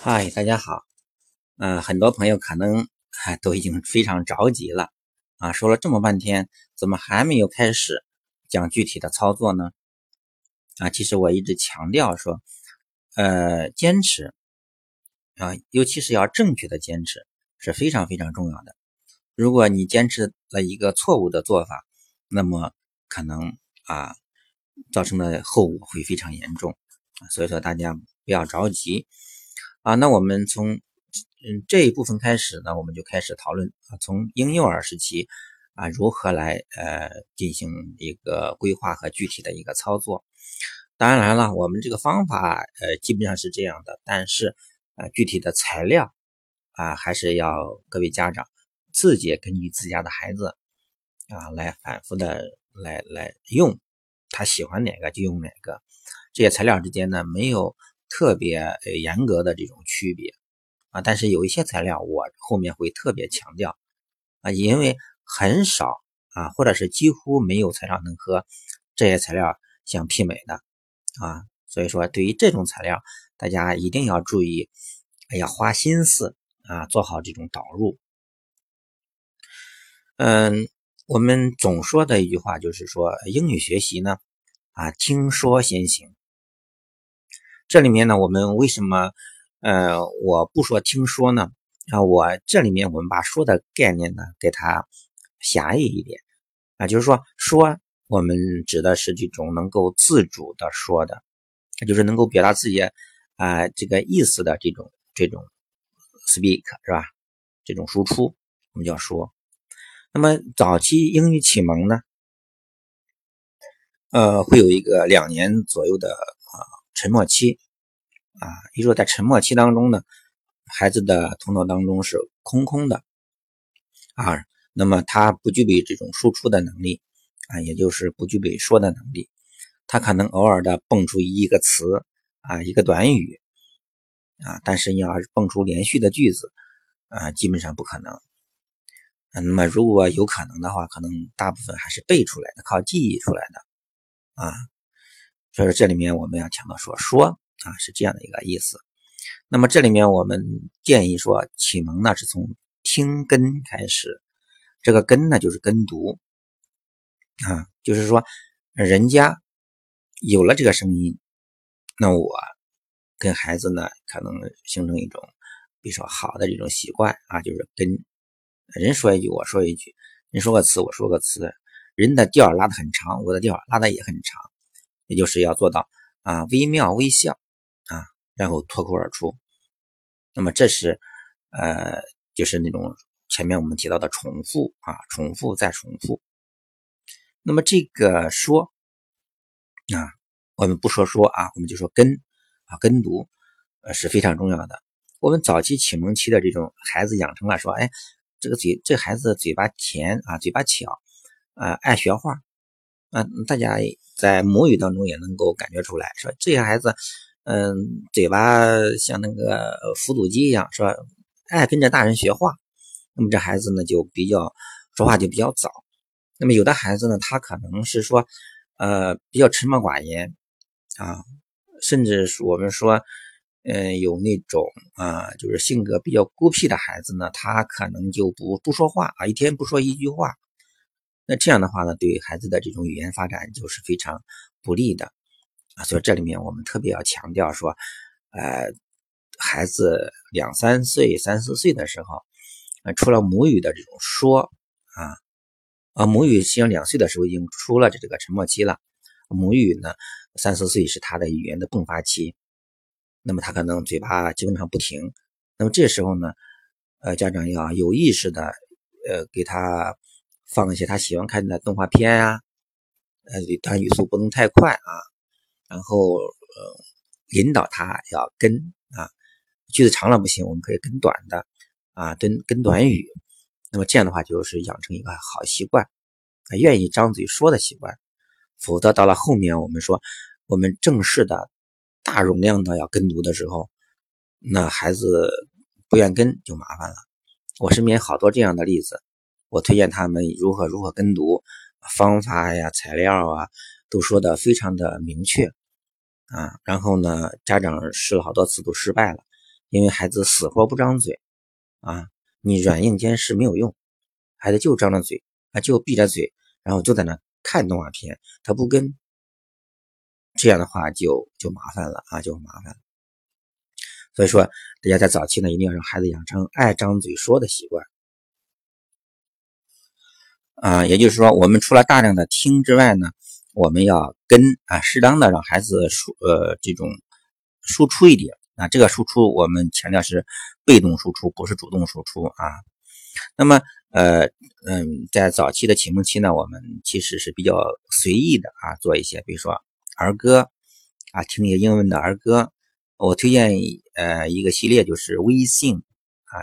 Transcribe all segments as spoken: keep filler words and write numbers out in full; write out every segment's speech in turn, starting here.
嗨，大家好。呃，很多朋友可能还都已经非常着急了啊，说了这么半天，怎么还没有开始讲具体的操作呢？啊，其实我一直强调说，呃，坚持啊，尤其是要正确的坚持是非常非常重要的。如果你坚持了一个错误的做法，那么可能啊造成的后果会非常严重。所以说大家不要着急啊。那我们从嗯这一部分开始呢，我们就开始讨论啊，从婴幼儿时期啊如何来呃进行一个规划和具体的一个操作。当然了，我们这个方法呃基本上是这样的，但是呃具体的材料啊还是要各位家长自己根据自家的孩子啊来反复的来来用，他喜欢哪个就用哪个。这些材料之间呢没有特别呃严格的这种区别啊，但是有一些材料我后面会特别强调啊，因为很少啊或者是几乎没有材料能和这些材料相媲美的啊，所以说对于这种材料大家一定要注意，要花心思啊做好这种导入。嗯，我们总说的一句话就是说，英语学习呢啊听说先行。这里面呢，我们为什么呃我不说听说呢？啊，我这里面我们把说的概念呢给它狭义一点啊，就是说说我们指的是这种能够自主的说的，就是能够表达自己啊、呃、这个意思的这种这种 speak 是吧？这种输出我们叫说。那么早期英语启蒙呢，呃会有一个两年左右的啊沉默期。啊，也就是说在沉默期当中呢，孩子的头脑当中是空空的啊，那么他不具备这种输出的能力啊，也就是不具备说的能力，他可能偶尔的蹦出一个词啊，一个短语啊，但是你要是蹦出连续的句子啊，基本上不可能。啊、那么如果有可能的话，可能大部分还是背出来的，靠记忆出来的啊。所以说这里面我们要强调说说啊是这样的一个意思。那么这里面我们建议说，启蒙呢是从听跟开始，这个跟呢就是跟读啊，就是说人家有了这个声音，那我跟孩子呢可能形成一种比如说好的这种习惯啊，就是跟人说一句我说一句，人说个词我说个词，人的调拉得很长，我的调拉得也很长，也就是要做到啊微妙微笑啊，然后脱口而出。那么这是呃就是那种前面我们提到的重复啊，重复再重复。那么这个说啊，我们不说说啊，我们就说跟啊跟读呃是非常重要的。我们早期启蒙期的这种孩子养成了说，哎，这个嘴这孩子嘴巴甜啊，嘴巴巧啊，爱学话啊，大家在母语当中也能够感觉出来，说这些孩子嗯，嘴巴像那个复读机一样，说爱跟着大人学话，那么这孩子呢就比较说话就比较早。那么有的孩子呢，他可能是说呃比较沉默寡言啊，甚至是我们说嗯、呃、有那种啊就是性格比较孤僻的孩子呢，他可能就不不说话啊，一天不说一句话。那这样的话呢，对于孩子的这种语言发展就是非常不利的啊。所以这里面我们特别要强调说，呃，孩子两三岁、三四岁的时候，呃，除了母语的这种说啊，啊，母语实际上两岁的时候已经出了这个沉默期了，母语呢，三四岁是他的语言的迸发期，那么他可能嘴巴基本上不停，那么这时候呢，呃，家长要有意识的，呃，给他放一些他喜欢看的动画片呀、啊，呃，短语速不能太快啊，然后呃，引导他要跟啊，句子长了不行，我们可以跟短的啊，跟跟短语，那么这样的话就是养成一个好习惯，啊，愿意张嘴说的习惯，否则到了后面我们说我们正式的大容量的要跟读的时候，那孩子不愿跟就麻烦了。我身边好多这样的例子，我推荐他们如何如何跟读，方法呀、材料啊，都说的非常的明确啊。然后呢，家长试了好多次都失败了， 因为孩子死活不张嘴啊，你软硬兼施没有用，孩子就张着嘴啊，就闭着嘴，然后就在那看动画片，他不跟，这样的话就就麻烦了啊，就麻烦了。所以说，大家在早期呢，一定要让孩子养成爱张嘴说的习惯啊。也就是说，我们除了大量的听之外呢，我们要跟啊，适当的让孩子输呃这种输出一点啊。这个输出我们强调是被动输出，不是主动输出啊。那么呃嗯，在早期的启蒙期呢，我们其实是比较随意的啊，做一些比如说儿歌啊，听一些英文的儿歌。我推荐呃一个系列，就是微信啊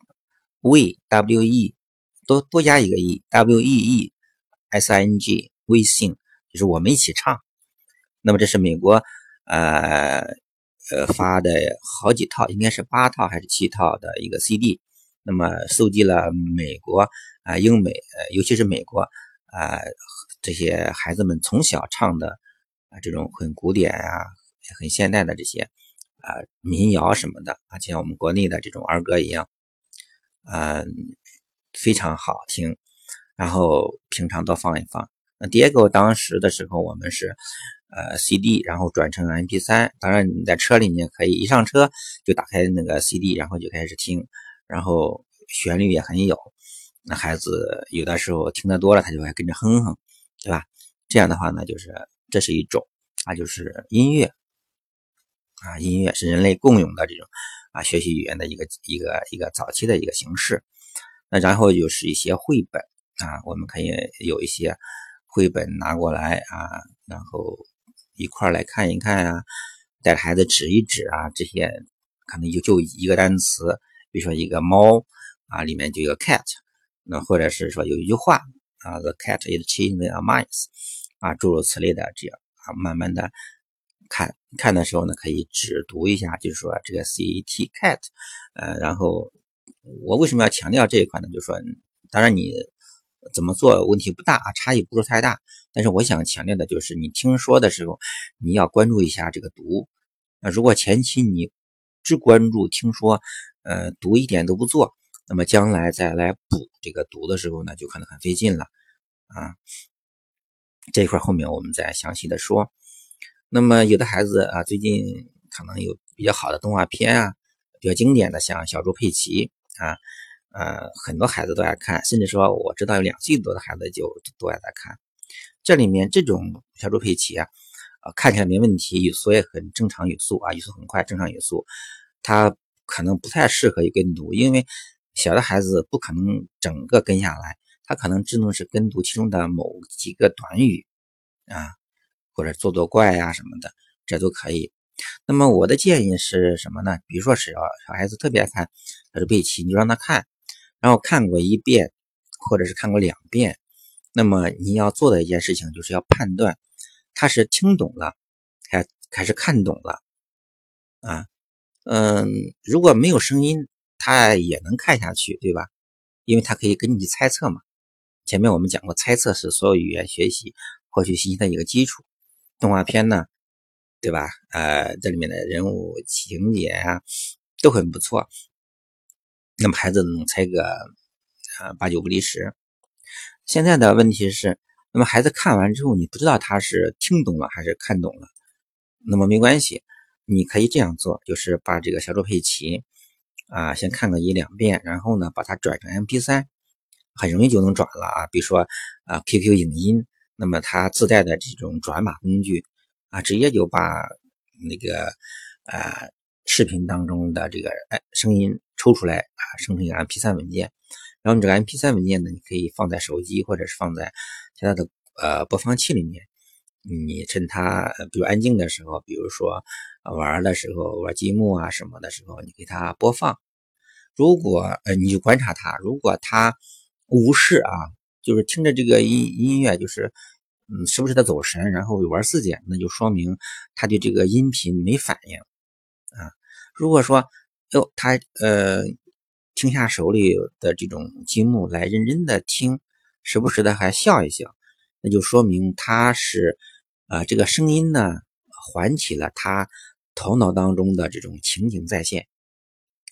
，We W E 多多加一个 E W E E S I N G 微信，就是我们一起唱。那么这是美国呃呃发的好几套，应该是八套还是七套的一个 C D。那么搜集了美国啊、呃、英美呃尤其是美国啊、呃、这些孩子们从小唱的啊、呃、这种很古典啊很现代的这些啊、呃、民谣什么的啊，像我们国内的这种儿歌一样，嗯、呃，非常好听。然后平常多放一放。那 Diego 当时的时候，我们是呃 C D， 然后转成 M P 三。当然你在车里面可以一上车就打开那个 C D， 然后就开始听，然后旋律也很有。那孩子有的时候听得多了，他就会跟着哼哼，对吧？这样的话呢，就是这是一种啊，就是音乐啊，音乐是人类共有的这种啊学习语言的一个一个一个早期的一个形式。那然后就是一些绘本啊，我们可以有一些绘本拿过来啊，然后一块来看一看啊，带着孩子指一指啊，这些可能就就一个单词，比如说一个猫啊，里面就有个 cat， 那或者是说有一句话啊 ，the cat is chasing a mouse 啊，诸如此类的，这样啊，慢慢的看看的时候呢，可以只读一下，就是说这个 cat cat， 呃，然后我为什么要强调这一块呢？就是说，当然你怎么做问题不大啊，差异不是太大，但是我想强调的就是你听说的时候，你要关注一下这个读。那如果前期你只关注听说，呃，读一点都不做，那么将来再来补这个读的时候呢，就可能很费劲了啊。这一块后面我们再详细的说。那么有的孩子啊，最近可能有比较好的动画片啊，比较经典的，像小猪佩奇啊，呃，很多孩子都爱看，甚至说我知道有两岁多的孩子就都爱在看。这里面这种小猪佩奇啊，呃，看起来没问题，语速也很正常语速啊，语速很快，正常语速，它可能不太适合于跟读，因为小的孩子不可能整个跟下来，他可能只能是跟读其中的某几个短语啊。或者做做怪呀、啊、什么的，这都可以。那么我的建议是什么呢？比如说是小小孩子特别爱看小猪佩奇，你就让他看，然后看过一遍或者是看过两遍，那么你要做的一件事情就是要判断他是听懂了还还是看懂了啊。嗯，如果没有声音他也能看下去，对吧？因为他可以根据猜测嘛。前面我们讲过，猜测是所有语言学习获取信息的一个基础。动画片呢，对吧？呃，这里面的人物情节啊都很不错，那么孩子能猜个呃八九不离十。现在的问题是，那么孩子看完之后，你不知道他是听懂了还是看懂了，那么没关系，你可以这样做，就是把这个小猪佩奇啊先看个一两遍，然后呢把它转成 M P 三， 很容易就能转了啊。比如说啊 Q Q 影音。那么它自带的这种转码工具啊，直接就把那个呃视频当中的这个声音抽出来啊，生成一个 M P 三 文件。然后你这个 M P 三 文件呢，你可以放在手机或者是放在其他的呃播放器里面。你趁它比如安静的时候，比如说玩的时候，玩积木啊什么的时候，你给它播放。如果呃你就观察它，如果它无视啊。就是听着这个音音乐，就是嗯，时不时的走神，然后玩字典，那就说明他对这个音频没反应啊。如果说哟，他呃停下手里的这种积木来认真的听，时不时的还笑一笑，那就说明他是啊、呃、这个声音呢唤起了他头脑当中的这种情景再现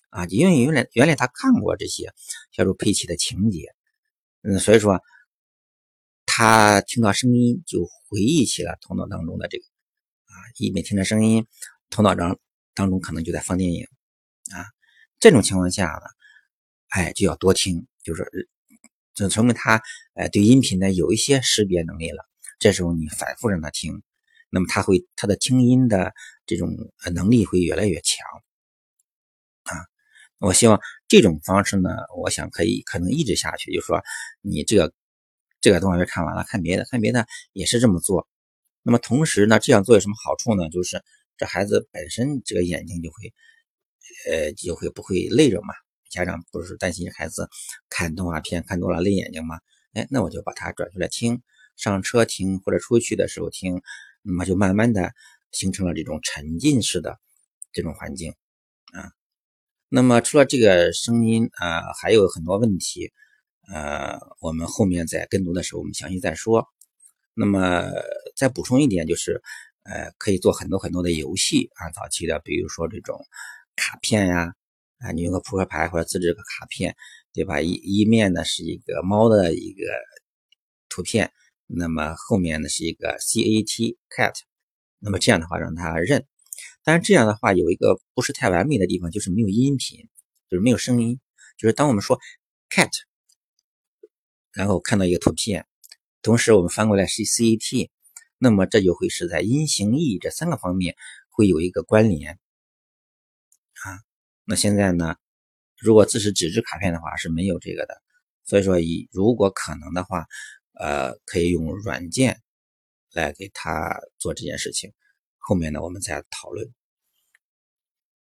啊，因为原来原来他看过这些小猪佩奇的情节，嗯，所以说他听到声音就回忆起了头脑当中的这个啊，一每听着声音，头脑当当中可能就在放电影啊。这种情况下呢，哎，就要多听，就是这说明他呃对音频呢有一些识别能力了。这时候你反复让他听，那么他会他的听音的这种能力会越来越强啊。我希望这种方式呢，我想可以可能一直下去，就是说你这个这个动画片看完了，看别的，看别的也是这么做。那么同时呢，这样做有什么好处呢？就是这孩子本身这个眼睛就会呃就会不会累着嘛。家长不是担心孩子看动画片看多了累眼睛吗？哎，那我就把它转出来听，上车听或者出去的时候听，那么就慢慢的形成了这种沉浸式的这种环境啊。那么除了这个声音啊、呃，还有很多问题，呃，我们后面在跟读的时候我们详细再说。那么再补充一点，就是呃，可以做很多很多的游戏啊，早期的，比如说这种卡片呀，啊，你用个扑克牌或者自制个卡片，对吧？一一面呢是一个猫的一个图片，那么后面呢是一个 C A T cat， 那么这样的话让它认。但是这样的话有一个不是太完美的地方，就是没有音频，就是没有声音。就是当我们说 cat， 然后看到一个图片，同时我们翻过来是 C A T， 那么这就会是在音形意这三个方面会有一个关联啊。那现在呢，如果只是纸质卡片的话是没有这个的，所以说以如果可能的话，呃，可以用软件来给他做这件事情。后面呢，我们再讨论。